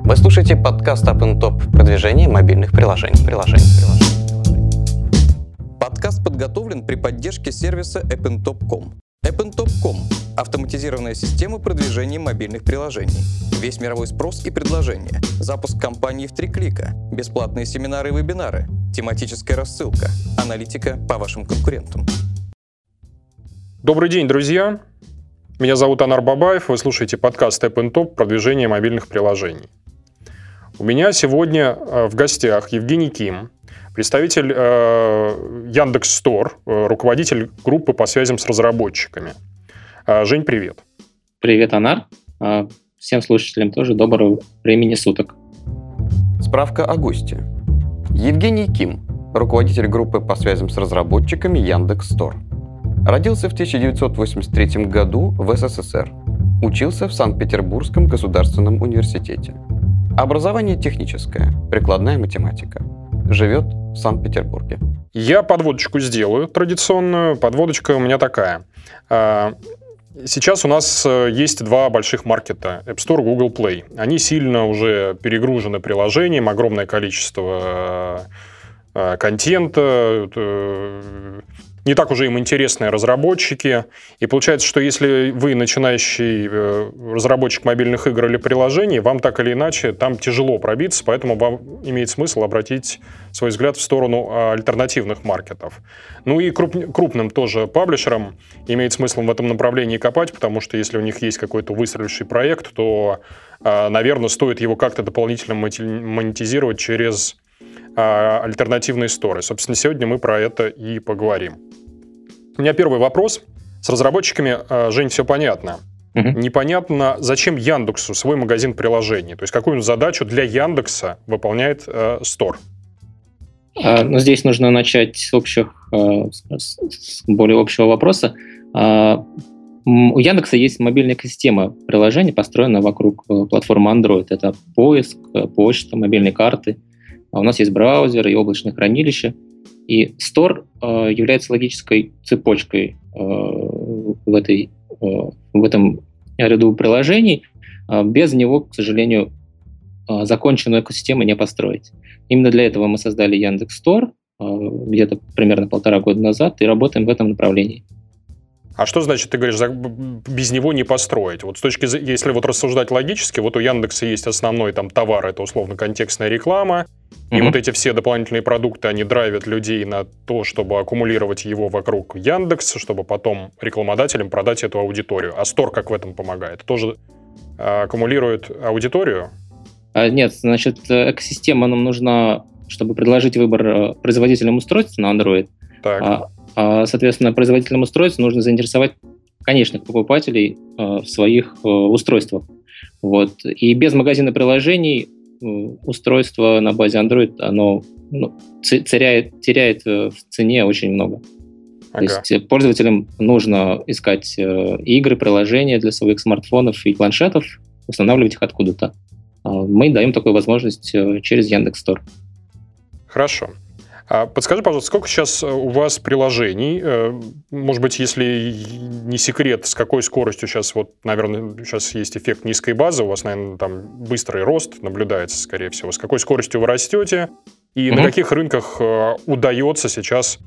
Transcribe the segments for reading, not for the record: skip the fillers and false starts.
Вы слушаете подкаст Up & Top продвижение мобильных приложений. Подкаст подготовлен при поддержке сервиса appntop.com. appntop.com – автоматизированная система продвижения мобильных приложений. Весь мировой спрос и предложения. Запуск кампании в 3 клика. Бесплатные семинары и вебинары. Тематическая рассылка. Аналитика по вашим конкурентам. Добрый день, друзья. Меня зовут Анар Бабаев. Вы слушаете подкаст Up & Top продвижение мобильных приложений. У меня сегодня в гостях Евгений Ким, представитель Яндекс.Стор, руководитель группы по связям с разработчиками. Жень, привет. Привет, Анар. Всем слушателям тоже доброго времени суток. Справка о госте. Евгений Ким, руководитель группы по связям с разработчиками Яндекс.Стор. Родился в 1983 году в СССР. Учился в Санкт-Петербургском государственном университете. Образование техническое, прикладная математика. Живет в Санкт-Петербурге. Я подводочку сделаю традиционную. Подводочка у меня такая. Сейчас у нас есть 2 больших маркета – App Store и Google Play. Они сильно уже перегружены приложением, огромное количество контента, не так уже им интересны разработчики. И получается, что если вы начинающий разработчик мобильных игр или приложений, вам так или иначе там тяжело пробиться, поэтому вам имеет смысл обратить свой взгляд в сторону альтернативных маркетов. Ну и крупным тоже паблишерам имеет смысл в этом направлении копать, потому что если у них есть какой-то выстреливший проект, то, наверное, стоит его как-то дополнительно монетизировать через альтернативные сторы. Собственно, сегодня мы про это и поговорим. У меня первый вопрос. С разработчиками, Жень, все понятно. Непонятно, зачем Яндексу свой магазин приложений? То есть какую задачу для Яндекса выполняет Стор? Ну, здесь нужно начать с более общего вопроса. У Яндекса есть мобильная экосистема приложений, построенная вокруг платформы Android. Это поиск, почта, мобильные карты. У нас есть браузер и облачное хранилище. И Store является логической цепочкой в этом ряду приложений. Без него, к сожалению, законченную экосистему не построить. Именно для этого мы создали Яндекс.Стор где-то примерно 1,5 года назад и работаем в этом направлении. А что значит, ты говоришь, без него не построить? Вот если вот рассуждать логически, вот у Яндекса есть основной там товар, это условно контекстная реклама, и вот эти все дополнительные продукты, они драйвят людей на то, чтобы аккумулировать его вокруг Яндекса, чтобы потом рекламодателям продать эту аудиторию. А Стор как в этом помогает? Тоже аккумулирует аудиторию? Нет, значит, экосистема нам нужна, чтобы предложить выбор производителям устройств на Android. Так. Соответственно, производителям устройств нужно заинтересовать конечных покупателей в своих устройствах. Вот. И без магазина приложений устройство на базе Android, оно теряет в цене очень много. Ага. То есть пользователям нужно искать игры, приложения для своих смартфонов и планшетов, устанавливать их откуда-то. Мы даем такую возможность через Яндекс.Стор. Хорошо. Подскажи, пожалуйста, сколько сейчас у вас приложений? Может быть, если не секрет, с какой скоростью сейчас, вот, наверное, сейчас есть эффект низкой базы, у вас, наверное, там быстрый рост наблюдается, скорее всего. С какой скоростью вы растете? И на каких рынках удается сейчас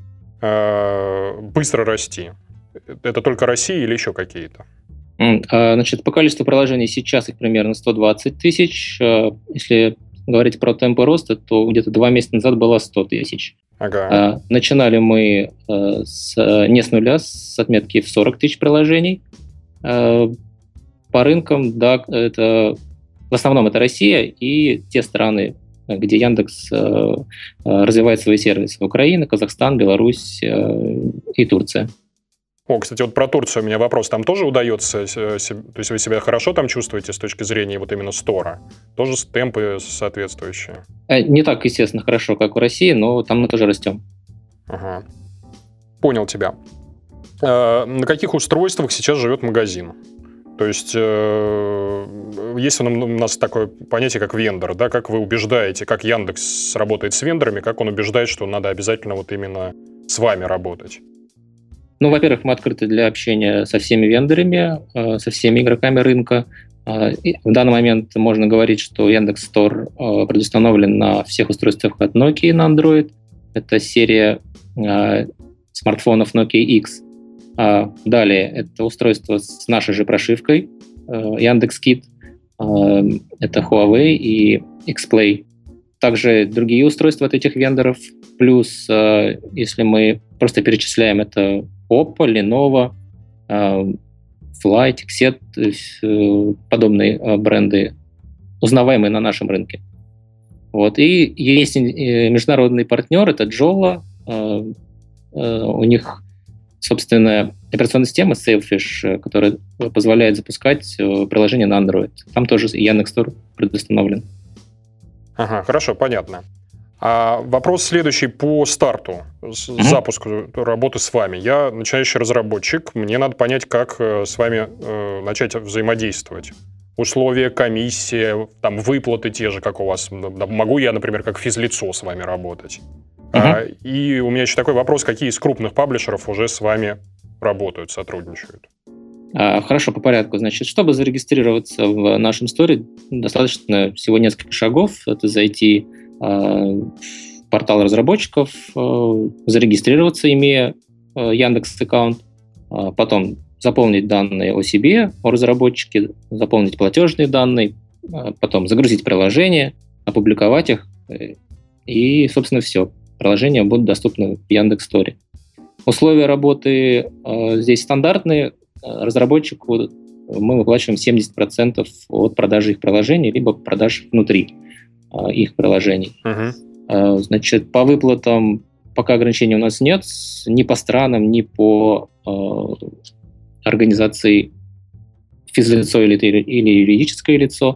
быстро расти? Это только Россия или еще какие-то? Значит, по количеству приложений сейчас их примерно 120 тысяч. Если говорить про темпы роста, то где-то 2 месяца назад было 100 тысяч. Ага. Начинали мы не с нуля, с отметки в 40 тысяч приложений. По рынкам, да, в основном это Россия и те страны, где Яндекс развивает свои сервисы. Украина, Казахстан, Беларусь и Турция. Кстати, вот про Турцию у меня вопрос. Там тоже удается, то есть вы себя хорошо там чувствуете с точки зрения вот именно стора? Тоже темпы соответствующие? Не так, естественно, хорошо, как в России, но там мы тоже растем. Ага. Понял тебя. На каких устройствах сейчас живет магазин? То есть есть у нас такое понятие, как вендор, да? Как вы убеждаете, как Яндекс работает с вендорами, как он убеждает, что надо обязательно вот именно с вами работать? Ну, во-первых, мы открыты для общения со всеми вендорами, со всеми игроками рынка. В данный момент можно говорить, что Яндекс.Стор предустановлен на всех устройствах от Nokia на Android. Это серия смартфонов Nokia X. Далее это устройство с нашей же прошивкой Яндекс.Кит. Это Huawei и Xplay. Также другие устройства от этих вендоров. Плюс, если мы просто перечисляем, это Oppo, Lenovo, Flight, Xet, подобные бренды, узнаваемые на нашем рынке. Вот. И есть международный партнер, это Jolla. У них собственная операционная система Sailfish, которая позволяет запускать приложение на Android. Там тоже Яндекс.Стор предустановлен. Ага, хорошо, понятно. А вопрос следующий по старту, запуску работы с вами. Я начинающий разработчик, мне надо понять, как с вами начать взаимодействовать. Условия, комиссия, там выплаты те же, как у вас. Могу я, например, как физлицо с вами работать? И у меня еще такой вопрос, какие из крупных паблишеров уже с вами работают, сотрудничают? Хорошо, по порядку. Значит, чтобы зарегистрироваться в нашем сторе, достаточно всего несколько шагов. Это зайти в портал разработчиков, зарегистрироваться, имея Яндекс.Аккаунт, потом заполнить данные о себе, о разработчике, заполнить платежные данные, потом загрузить приложение, опубликовать их, и, собственно, все. Приложения будут доступны в Яндекс.Сторе. Условия работы здесь стандартные. Разработчику мы выплачиваем 70% от продажи их приложений, либо продаж внутри их приложений. Значит, по выплатам пока ограничений у нас нет, ни по странам, ни по организации физлицо или юридическое лицо.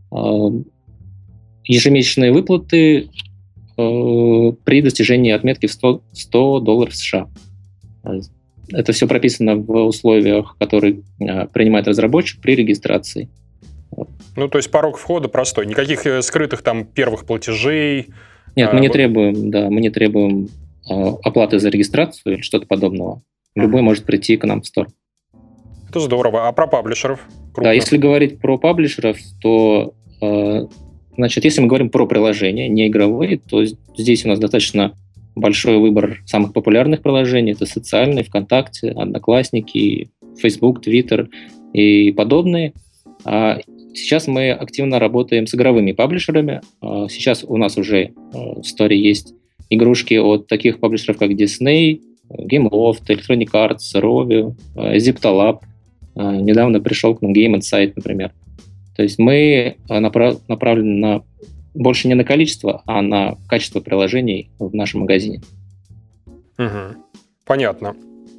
Ежемесячные выплаты при достижении отметки в $100 США. Это все прописано в условиях, которые принимает разработчик при регистрации. Ну, то есть порог входа простой. Никаких скрытых там первых платежей? Нет, мы не требуем оплаты за регистрацию или что-то подобного. Любой может прийти к нам в стор. Это здорово. А про паблишеров? Крупных? Да, если говорить про паблишеров, то, значит, если мы говорим про приложения, не игровые, то здесь у нас достаточно большой выбор самых популярных приложений. Это социальные, ВКонтакте, Одноклассники, Facebook, Twitter и подобные. Сейчас мы активно работаем с игровыми паблишерами. Сейчас у нас уже в сторе есть игрушки от таких паблишеров, как Disney, Gameloft, Electronic Arts, Rovio, Ziptalab. Недавно пришел к нам Game Insight, например. То есть мы направлены больше не на количество, а на качество приложений в нашем магазине. Понятно.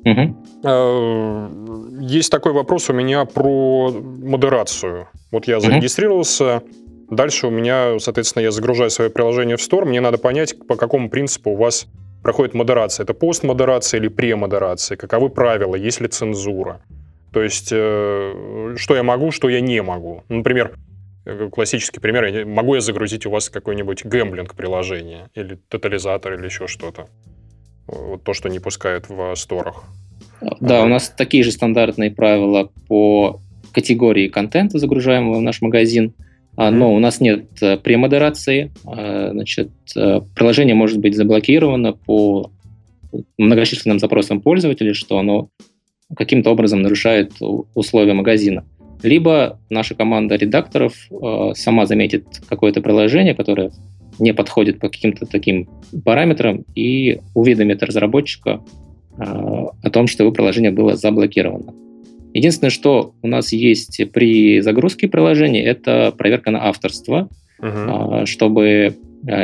Есть такой вопрос у меня про модерацию. Вот я зарегистрировался, дальше у меня, соответственно, я загружаю свое приложение в Store, мне надо понять, по какому принципу у вас проходит модерация. Это постмодерация или премодерация? Каковы правила? Есть ли цензура? То есть, что я могу, что я не могу? Например, классический пример, могу я загрузить у вас какой-нибудь гэмблинг-приложение или тотализатор или еще что-то? Вот то, что не пускают в сторах. Да, у нас такие же стандартные правила по категории контента, загружаемого в наш магазин, но у нас нет премодерации. Значит, приложение может быть заблокировано по многочисленным запросам пользователей, что оно каким-то образом нарушает условия магазина. Либо наша команда редакторов сама заметит какое-то приложение, которое не подходит по каким-то таким параметрам, и уведомит разработчика о том, что его приложение было заблокировано. Единственное, что у нас есть при загрузке приложения, это проверка на авторство, чтобы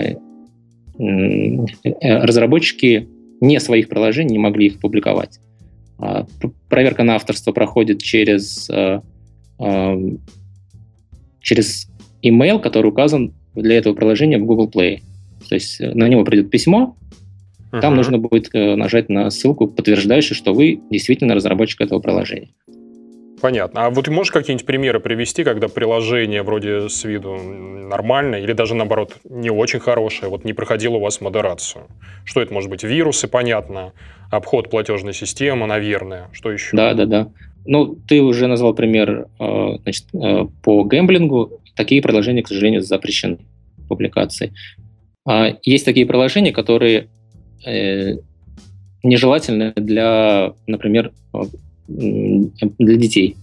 разработчики не своих приложений не могли их публиковать. Проверка на авторство проходит через email, который указан для этого приложения в Google Play. То есть на него придет письмо, там нужно будет нажать на ссылку, подтверждающую, что вы действительно разработчик этого приложения. Понятно. А вот можешь какие-нибудь примеры привести, когда приложение вроде с виду нормальное или даже, наоборот, не очень хорошее, вот не проходило у вас модерацию? Что это может быть? Вирусы, понятно, обход платежной системы, наверное. Что еще? Да. Ну, ты уже назвал пример по гэмблингу. Такие приложения, к сожалению, запрещены в публикации. Есть такие приложения, которые нежелательны для, например, для детей.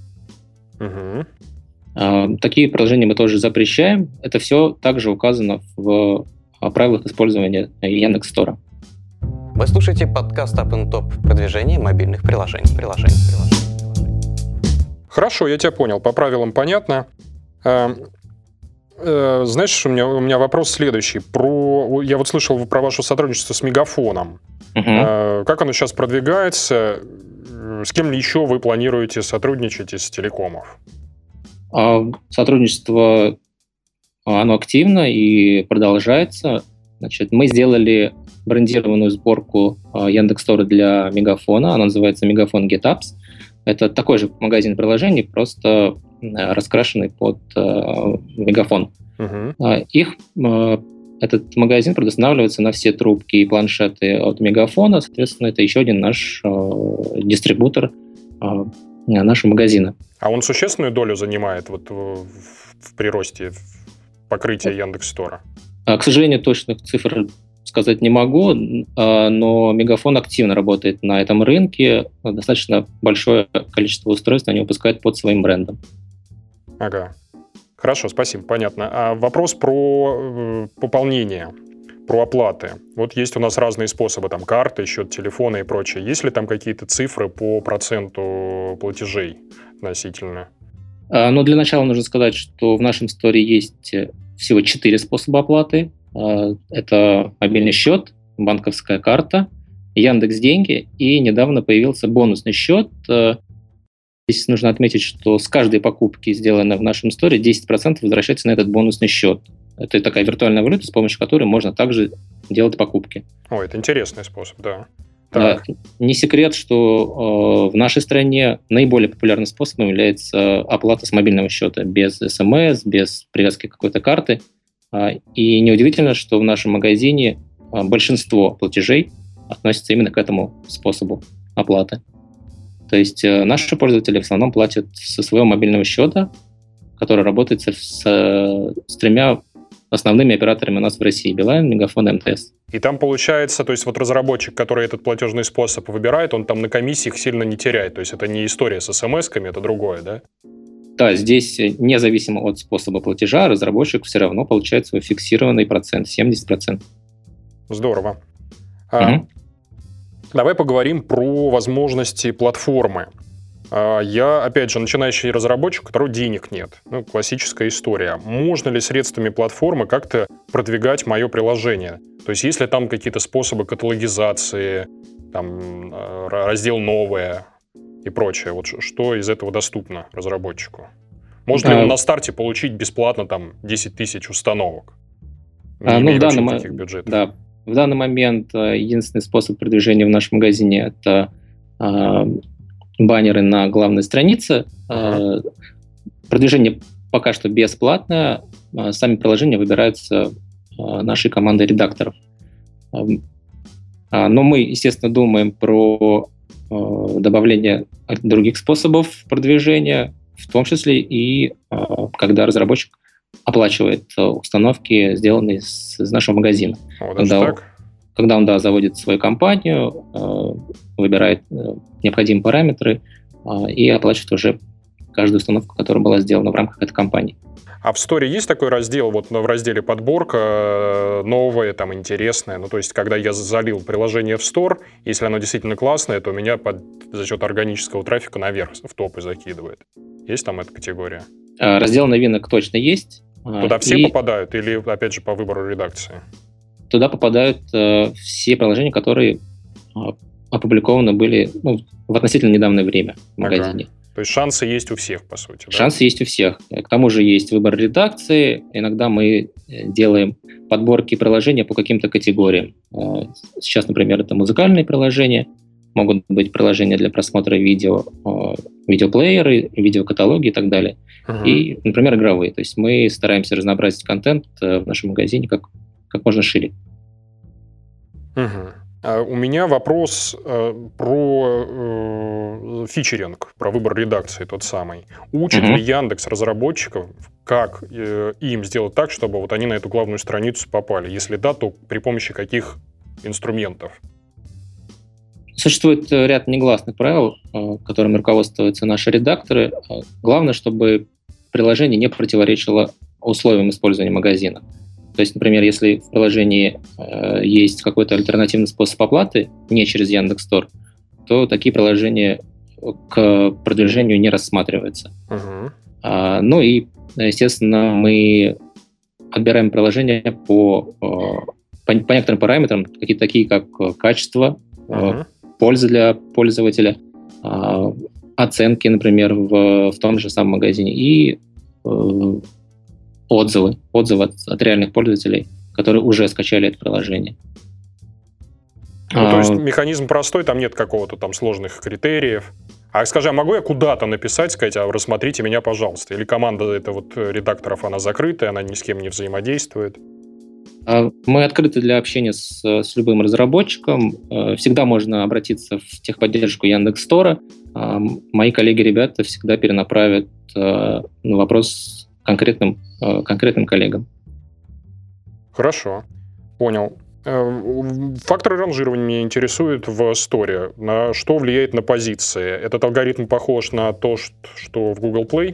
Такие приложения мы тоже запрещаем. Это все также указано в правилах использования Яндекс.Стора. Вы слушаете подкаст Up & Top продвижение мобильных приложений. Хорошо, я тебя понял. По правилам понятно. Знаешь, у меня вопрос следующий. Я вот слышал про ваше сотрудничество с Мегафоном. Как оно сейчас продвигается? С кем еще вы планируете сотрудничать из телекомов? Сотрудничество, оно активно и продолжается. Значит, мы сделали брендированную сборку Яндекс.Стора для Мегафона. Она называется Мегафон GetApps. Это такой же магазин приложений, просто раскрашенный под Мегафон. Этот магазин предустанавливается на все трубки и планшеты от Мегафона. Соответственно, это еще один наш дистрибутор нашего магазина. А он существенную долю занимает вот в приросте покрытия Яндекс.Стора? К сожалению, точных цифр сказать не могу, но Мегафон активно работает на этом рынке. Достаточно большое количество устройств они выпускают под своим брендом. Ага. Хорошо, спасибо, понятно. А вопрос про пополнение, про оплаты. Вот есть у нас разные способы, там карты, счет телефона и прочее. Есть ли там какие-то цифры по проценту платежей относительно? Ну, для начала нужно сказать, что в нашем сторе есть всего 4 способа оплаты. Это мобильный счет, банковская карта, Яндекс.Деньги и недавно появился бонусный счет. Здесь нужно отметить, что с каждой покупки, сделанной в нашем сторе, 10% возвращается на этот бонусный счет. Это такая виртуальная валюта, с помощью которой можно также делать покупки. Ой, это интересный способ, да. Не секрет, что в нашей стране наиболее популярным способом является оплата с мобильного счета, без СМС, без привязки к какой-то карты. И неудивительно, что в нашем магазине большинство платежей относятся именно к этому способу оплаты. То есть наши пользователи в основном платят со своего мобильного счета, который работает с 3 основными операторами у нас в России: Билайн, Мегафон, МТС. И там получается, то есть вот разработчик, который этот платежный способ выбирает, он там на комиссиях сильно не теряет. То есть это не история с СМС-ками, это другое, да? Да, здесь независимо от способа платежа, разработчик все равно получает свой фиксированный процент, 70%. Здорово. Давай поговорим про возможности платформы. Я, опять же, начинающий разработчик, у которого денег нет. Ну, классическая история. Можно ли средствами платформы как-то продвигать мое приложение? То есть есть ли там какие-то способы каталогизации, там, раздел «Новое» и прочее? Вот что из этого доступно разработчику? Можно ли он на старте получить бесплатно там 10 тысяч установок? Не имея вообще таких бюджетов. Да. В данный момент единственный способ продвижения в нашем магазине – это баннеры на главной странице. Продвижение пока что бесплатное. Сами приложения выбираются нашей командой редакторов. Но мы, естественно, думаем про добавление других способов продвижения, в том числе и когда разработчик оплачивает установки, сделанные из нашего магазина. Когда он заводит свою компанию, выбирает необходимые параметры и оплачивает уже каждую установку, которая была сделана в рамках этой компании. А в сторе есть такой раздел, вот в разделе подборка, новое, там, интересное? Ну, то есть, когда я залил приложение в стор, если оно действительно классное, то меня за счет органического трафика наверх в топы закидывает. Есть там эта категория? Раздел новинок точно есть. Туда все попадают или, опять же, по выбору редакции? Туда попадают все приложения, которые опубликованы были в относительно недавнее время в магазине. То есть шансы есть у всех, по сути, да? Шансы есть у всех. К тому же есть выбор редакции. Иногда мы делаем подборки приложения по каким-то категориям. Сейчас, например, это музыкальные приложения. Могут быть приложения для просмотра видео, видеоплееры, видеокаталоги и так далее. И, например, игровые. То есть мы стараемся разнообразить контент в нашем магазине как можно шире. У меня вопрос про фичеринг, про выбор редакции тот самый. Учит ли Яндекс разработчиков, как им сделать так, чтобы вот они на эту главную страницу попали? Если да, то при помощи каких инструментов? Существует ряд негласных правил, которыми руководствуются наши редакторы. Главное, чтобы приложение не противоречило условиям использования магазина. То есть, например, если в приложении есть какой-то альтернативный способ оплаты, не через Яндекс.Стор, то такие приложения к продвижению не рассматриваются. Ну и, естественно, мы отбираем приложения по некоторым параметрам, какие-то такие, как качество, польза для пользователя, оценки, например, в том же самом магазине, и отзывы от реальных пользователей, которые уже скачали это приложение. То есть механизм простой, там нет какого-то там сложных критериев. А скажи, а могу я куда-то написать, сказать, а рассмотрите меня, пожалуйста? Или команда это вот редакторов, она закрытая, она ни с кем не взаимодействует? Мы открыты для общения с любым разработчиком. Всегда можно обратиться в техподдержку Яндекс.Стора. Мои коллеги-ребята всегда перенаправят вопрос конкретным коллегам. Хорошо, понял. Факторы ранжирования меня интересуют в Store. На что влияет на позиции? Этот алгоритм похож на то, что в Google Play?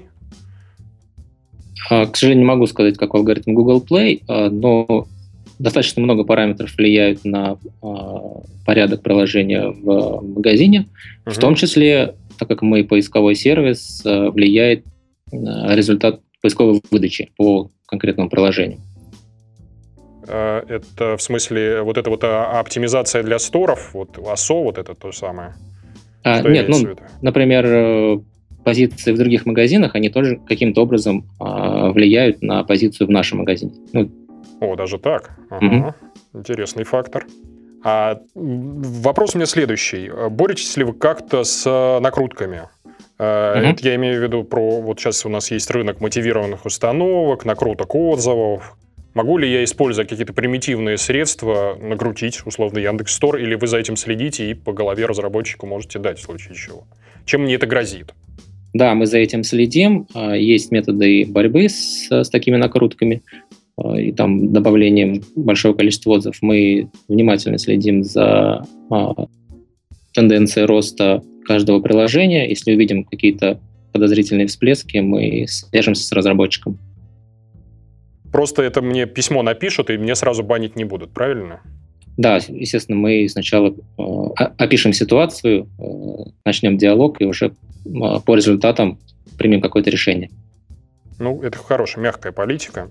К сожалению, не могу сказать, какой алгоритм Google Play, но достаточно много параметров влияют на порядок приложения в магазине. В том числе, так как мы поисковой сервис, влияет на результат поисковой выдачи по конкретному приложению. Это в смысле вот эта вот оптимизация для сторов, вот ASO, вот это то самое? Нет, например, позиции в других магазинах, они тоже каким-то образом влияют на позицию в нашем магазине. О, даже так? Интересный фактор. Вопрос у меня следующий. Боретесь ли вы как-то с накрутками? Это я имею в виду про... Вот сейчас у нас есть рынок мотивированных установок, накруток отзывов. Могу ли я, используя какие-то примитивные средства, накрутить, условно, Яндекс.Стор, или вы за этим следите и по голове разработчику можете дать в случае чего? Чем мне это грозит? Да, мы за этим следим. Есть методы борьбы с такими накрутками и там добавлением большого количества отзывов. Мы внимательно следим за тенденцией роста каждого приложения. Если увидим какие-то подозрительные всплески, мы свяжемся с разработчиком. Просто это мне письмо напишут, и мне сразу банить не будут, правильно? Да, естественно, мы сначала опишем ситуацию, начнем диалог, и уже по результатам примем какое-то решение. Ну, это хорошая, мягкая политика.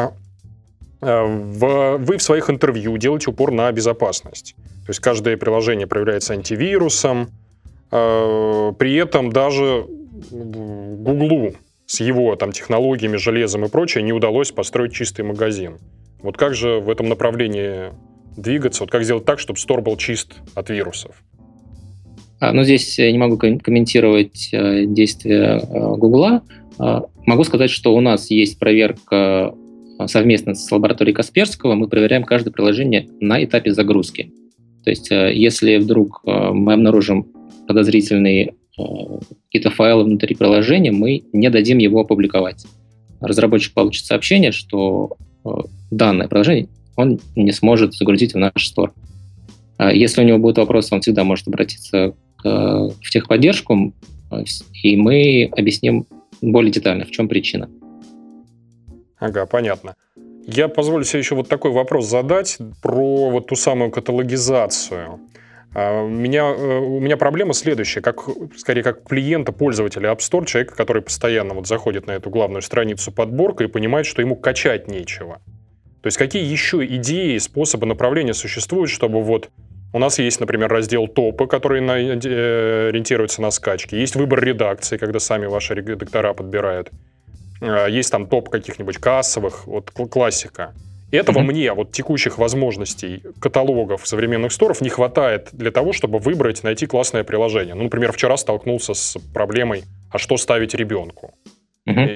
Вы в своих интервью делаете упор на безопасность. То есть каждое приложение проявляется антивирусом. При этом даже Гуглу с его там технологиями, железом и прочее не удалось построить чистый магазин. Вот как же в этом направлении двигаться? Вот как сделать так, чтобы Store был чист от вирусов? Здесь я не могу комментировать действия Гугла. Могу сказать, что у нас есть проверка совместно с лабораторией Касперского. Мы проверяем каждое приложение на этапе загрузки. То есть если вдруг мы обнаружим подозрительные какие-то файлы внутри приложения, мы не дадим его опубликовать. Разработчик получит сообщение, что данное приложение он не сможет загрузить в наш Store. Если у него будут вопросы, он всегда может обратиться в техподдержку, и мы объясним более детально, в чем причина. Ага, понятно. Я позволю себе еще вот такой вопрос задать про вот ту самую каталогизацию. У меня проблема следующая, скорее как клиента, пользователя App Store, человека, который постоянно вот заходит на эту главную страницу подборка и понимает, что ему качать нечего. То есть какие еще идеи, способы направления существуют, чтобы вот у нас есть, например, раздел топы, который ориентируется на скачки, есть выбор редакции, когда сами ваши редактора подбирают, есть там топ каких-нибудь кассовых, вот классика. Этого мне, вот текущих возможностей каталогов современных сторов не хватает для того, чтобы выбрать, найти классное приложение. Ну, например, вчера столкнулся с проблемой, а что ставить ребенку?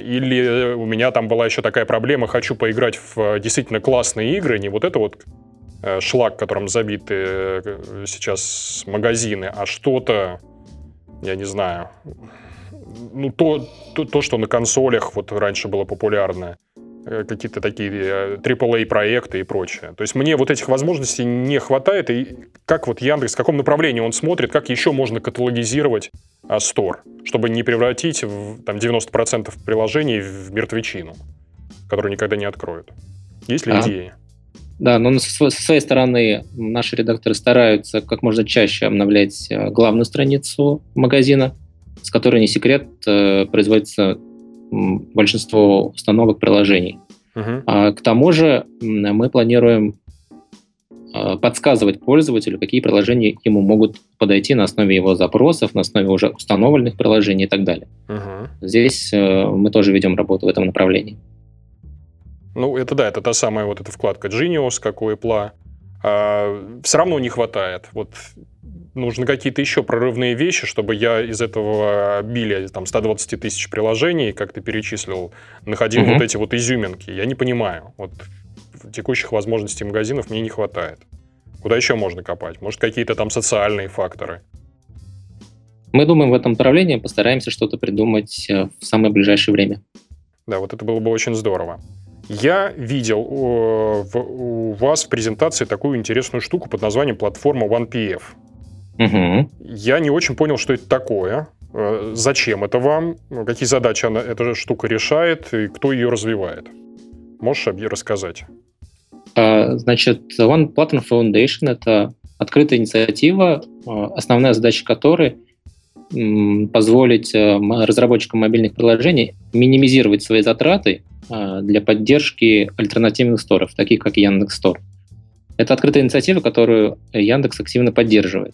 Или у меня там была еще такая проблема, хочу поиграть в действительно классные игры, не вот это вот шлак, которым забиты сейчас магазины, а что-то, я не знаю, ну, то, что на консолях вот раньше было популярно, какие-то такие AAA-проекты и прочее. То есть мне вот этих возможностей не хватает, и как вот Яндекс, в каком направлении он смотрит, как еще можно каталогизировать Store, чтобы не превратить там 90% приложений в мертвечину, которую никогда не откроют. Есть ли идеи? Да, но со своей стороны наши редакторы стараются как можно чаще обновлять главную страницу магазина, с которой, не секрет, производится большинство установок приложений. К тому же мы планируем подсказывать пользователю, какие приложения ему могут подойти на основе его запросов, на основе уже установленных приложений и так далее. Здесь мы тоже ведем работу в этом направлении. Ну, это да, это та самая вот эта вкладка Genius, как у Apple. Все равно не хватает. Вот нужны какие-то еще прорывные вещи, чтобы я из этого обилия там 120 тысяч приложений, как ты перечислил, находил вот эти вот изюминки. Я не понимаю. Вот текущих возможностей магазинов мне не хватает. Куда еще можно копать? Может, какие-то там социальные факторы? Мы думаем в этом направлении, постараемся что-то придумать в самое ближайшее время. Да, вот это было бы очень здорово. Я видел у вас в презентации такую интересную штуку под названием платформа OnePF. Я не очень понял, что это такое, зачем это вам, какие задачи эта штука решает и кто ее развивает. Можешь рассказать? Значит, One Platform Foundation — это открытая инициатива, основная задача которой позволить разработчикам мобильных приложений минимизировать свои затраты для поддержки альтернативных сторов, таких как Яндекс.Стор. Это открытая инициатива, которую Яндекс активно поддерживает.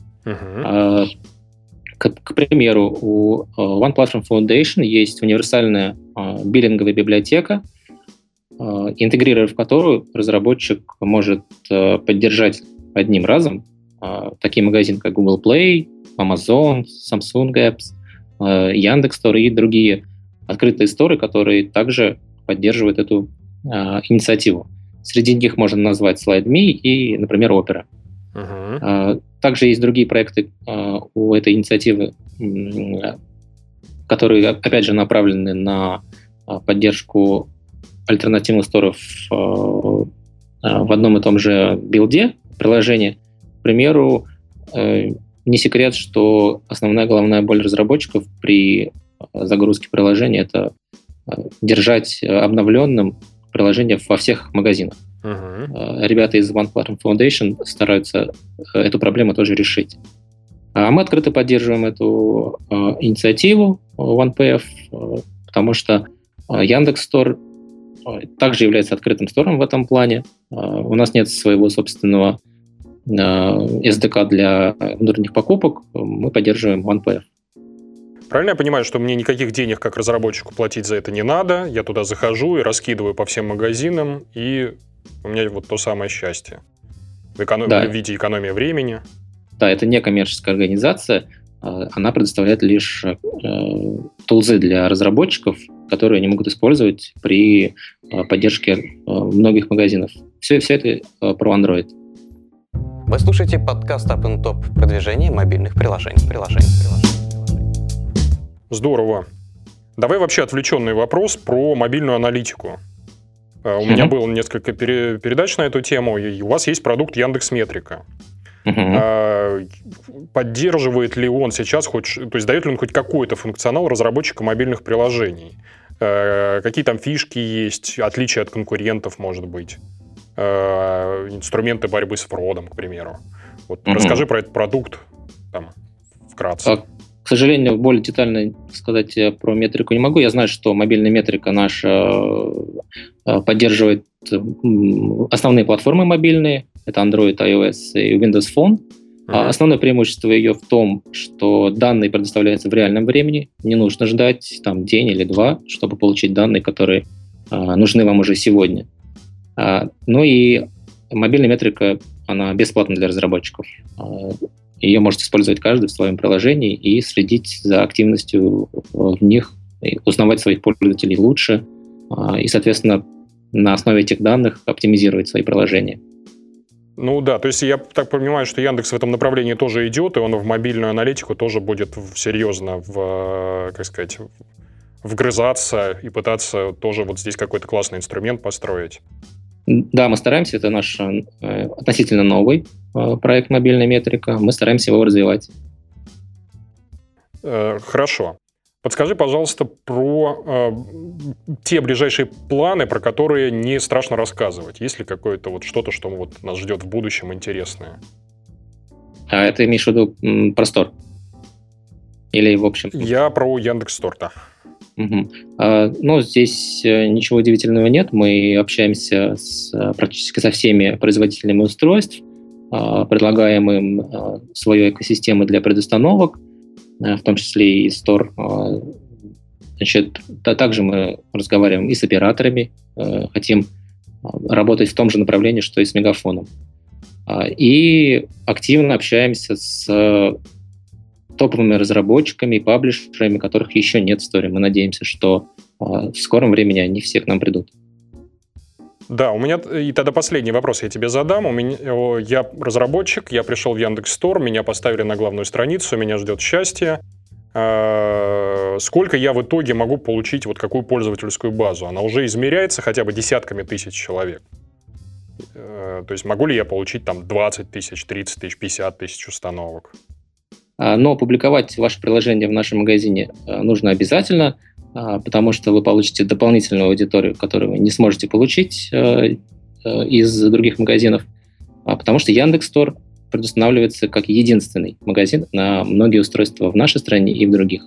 К примеру, у One Platform Foundation есть универсальная биллинговая библиотека, интегрировав в которую разработчик может поддержать одним разом такие магазины, как Google Play, Amazon, Samsung Apps, Яндекс.Стор и другие открытые сторы, которые также поддерживают эту инициативу. Среди них можно назвать SlideMe и, например, Opera. Также есть другие проекты у этой инициативы, которые, опять же, направлены на поддержку альтернативных сторов в одном и том же билде приложения. К примеру, не секрет, что основная головная боль разработчиков при загрузке приложения — это держать обновленным приложение во всех магазинах. Ребята из One Platform Foundation стараются эту проблему тоже решить. А мы открыто поддерживаем эту инициативу OnePF, потому что Яндекс.Стор также является открытым стором в этом плане. У нас нет своего собственного SDK для внутренних покупок, мы поддерживаем OnePF. Правильно я понимаю, что мне никаких денег как разработчику платить за это не надо, я туда захожу и раскидываю по всем магазинам, и у меня вот то самое счастье в виде экономии времени? Да, это не коммерческая организация, она предоставляет лишь тулзы для разработчиков, которые они могут использовать при поддержке многих магазинов. Все это про Android. Вы слушаете подкаст Up & Top продвижение мобильных приложений. Здорово. Давай вообще отвлеченный вопрос про мобильную аналитику. У меня было несколько передач на эту тему, и у вас есть продукт Яндекс.Метрика. Поддерживает ли он сейчас то есть дает ли он хоть какой-то функционал разработчика мобильных приложений? Какие там фишки есть, отличия от конкурентов, может быть? Инструменты борьбы с фродом, к примеру. Вот расскажи про этот продукт там, вкратце. К сожалению, более детально сказать про метрику не могу. Я знаю, что мобильная метрика наша поддерживает основные платформы мобильные. Это Android, iOS и Windows Phone. Основное преимущество ее в том, что данные предоставляются в реальном времени. Не нужно ждать там, день или два, чтобы получить данные, которые нужны вам уже сегодня. Ну и мобильная метрика, она бесплатна для разработчиков. Ее может использовать каждый в своем приложении и следить за активностью в них, и узнавать своих пользователей лучше и, соответственно, на основе этих данных оптимизировать свои приложения. Ну да, то есть я так понимаю, что Яндекс в этом направлении тоже идет, и он в мобильную аналитику тоже будет серьезно, вгрызаться и пытаться тоже вот здесь какой-то классный инструмент построить. Да, мы стараемся, это наш относительно новый проект «Мобильная метрика», мы стараемся его развивать. Хорошо. Подскажи, пожалуйста, про те ближайшие планы, про которые не страшно рассказывать. Есть ли какое-то вот что-то, что вот нас ждет в будущем интересное? А это имеешь в виду про Стор? Или в общем? Я про Яндекс.Стор, да. Ну, здесь ничего удивительного нет. Мы общаемся практически со всеми производителями устройств, предлагаем им свою экосистему для предустановок, в том числе и Store. Значит, также мы разговариваем и с операторами, хотим работать в том же направлении, что и с Мегафоном. И активно общаемся с топовыми разработчиками и паблишерами, которых еще нет в Store. Мы надеемся, что в скором времени они все к нам придут. Да, у меня и тогда последний вопрос я тебе задам. Я разработчик, я пришел в Яндекс.Стор, меня поставили на главную страницу, меня ждет счастье. Сколько я в итоге могу получить, вот какую пользовательскую базу? Она уже измеряется хотя бы десятками тысяч человек. То есть могу ли я получить там 20 тысяч, 30 тысяч, 50 тысяч установок? Но публиковать ваше приложение в нашем магазине нужно обязательно, потому что вы получите дополнительную аудиторию, которую вы не сможете получить из других магазинов, потому что Яндекс.Стор предустанавливается как единственный магазин на многие устройства в нашей стране и в других.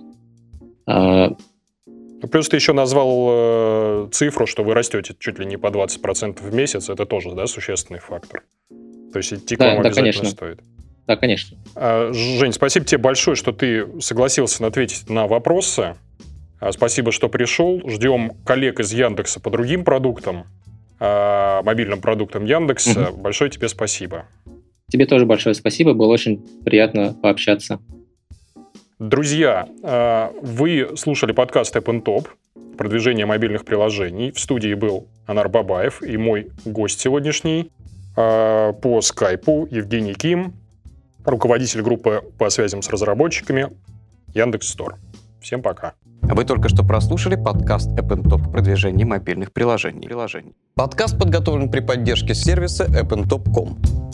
Плюс ты еще назвал цифру, что вы растете чуть ли не по 20% в месяц. Это тоже, да, существенный фактор? То есть идти к вам обязательно стоит? Да, конечно. Жень, спасибо тебе большое, что ты согласился ответить на вопросы. Спасибо, что пришел. Ждем коллег из Яндекса по другим продуктам, мобильным продуктам Яндекса. Большое тебе спасибо. Тебе тоже большое спасибо. Было очень приятно пообщаться. Друзья, вы слушали подкаст App & Top, продвижение мобильных приложений. В студии был Анар Бабаев и мой гость сегодняшний по скайпу Евгений Ким, руководитель группы по связям с разработчиками Яндекс.Стор. Всем пока. Вы только что прослушали подкаст App & Top продвижение мобильных приложений. Подкаст подготовлен при поддержке сервиса appntop.com.